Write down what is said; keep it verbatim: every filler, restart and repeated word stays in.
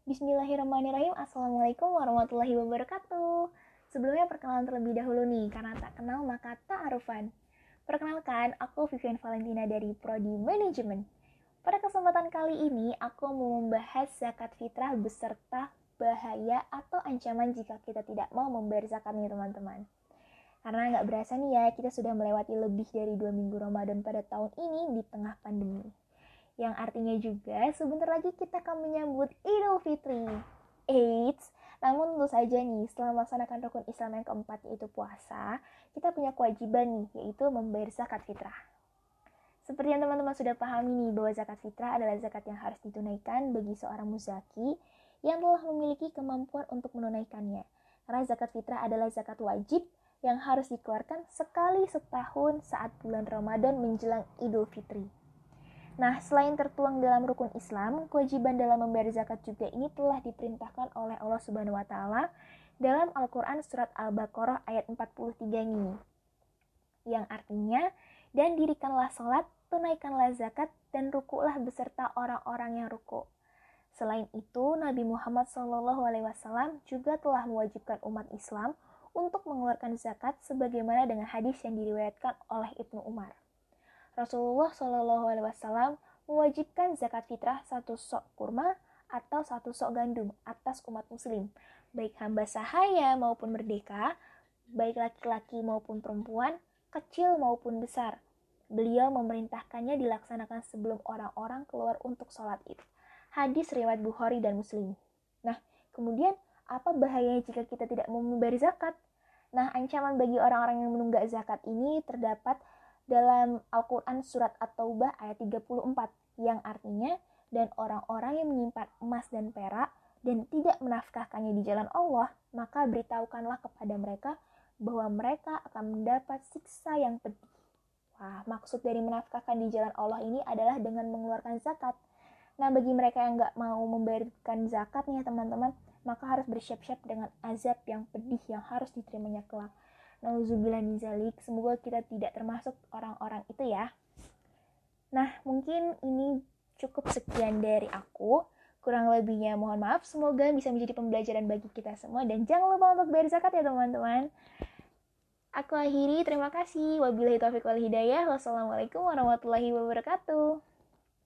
Bismillahirrahmanirrahim. Assalamualaikum warahmatullahi wabarakatuh. Sebelumnya perkenalan terlebih dahulu nih, karena tak kenal maka tak arufan. Perkenalkan, aku Vivian Valentina dari Prodi Manajemen. Pada kesempatan kali ini, aku mau membahas zakat fitrah beserta bahaya atau ancaman jika kita tidak mau membayar zakat nih teman-teman. Karena nggak berasa nih ya, kita sudah melewati lebih dari dua minggu Ramadan pada tahun ini di tengah pandemi. Yang artinya juga sebentar lagi kita akan menyambut Idul Fitri. Eits, namun tentu saja nih, setelah melaksanakan rukun Islam yang keempat yaitu puasa, kita punya kewajiban nih, yaitu membayar zakat fitrah. Seperti yang teman-teman sudah pahami nih, bahwa zakat fitrah adalah zakat yang harus ditunaikan bagi seorang muzaki yang telah memiliki kemampuan untuk menunaikannya. Karena zakat fitrah adalah zakat wajib yang harus dikeluarkan sekali setahun saat bulan Ramadan menjelang Idul Fitri. Nah, selain tertuang dalam rukun Islam, kewajiban dalam membayar zakat juga ini telah diperintahkan oleh Allah Subhanahu wa taala dalam Al-Qur'an surat Al-Baqarah ayat empat puluh tiga ini. Yang artinya, dan dirikanlah salat, tunaikanlah zakat, dan rukulah beserta orang-orang yang ruku. Selain itu, Nabi Muhammad shallallahu alaihi wasallam juga telah mewajibkan umat Islam untuk mengeluarkan zakat sebagaimana dengan hadis yang diriwayatkan oleh Ibnu Umar. Rasulullah shallallahu alaihi wasallam mewajibkan zakat fitrah satu sok kurma atau satu sok gandum atas umat muslim, baik hamba sahaya maupun merdeka, baik laki-laki maupun perempuan, kecil maupun besar. Beliau memerintahkannya dilaksanakan sebelum orang-orang keluar untuk sholat id. Hadis riwayat Bukhari dan Muslim. Nah, kemudian apa bahayanya jika kita tidak mau membayar zakat? Nah, ancaman bagi orang-orang yang menunggak zakat ini terdapat dalam Al-Quran surat At-Taubah ayat tiga puluh empat, yang artinya, dan orang-orang yang menyimpan emas dan perak dan tidak menafkahkannya di jalan Allah, maka beritahukanlah kepada mereka bahwa mereka akan mendapat siksa yang pedih. Wah, maksud dari menafkahkan di jalan Allah ini adalah dengan mengeluarkan zakat. Nah, bagi mereka yang nggak mau membayarkan zakat nih ya teman-teman, maka harus bersiap-siap dengan azab yang pedih yang harus diterimanya kelak. Nauzubillah min zalik, semoga kita tidak termasuk orang-orang itu ya. Nah, mungkin ini cukup sekian dari aku. Kurang lebihnya mohon maaf, semoga bisa menjadi pembelajaran bagi kita semua. Dan jangan lupa untuk bayar zakat ya teman-teman. Aku akhiri, terima kasih. Wabillahi taufiq wal hidayah. Wassalamualaikum warahmatullahi wabarakatuh.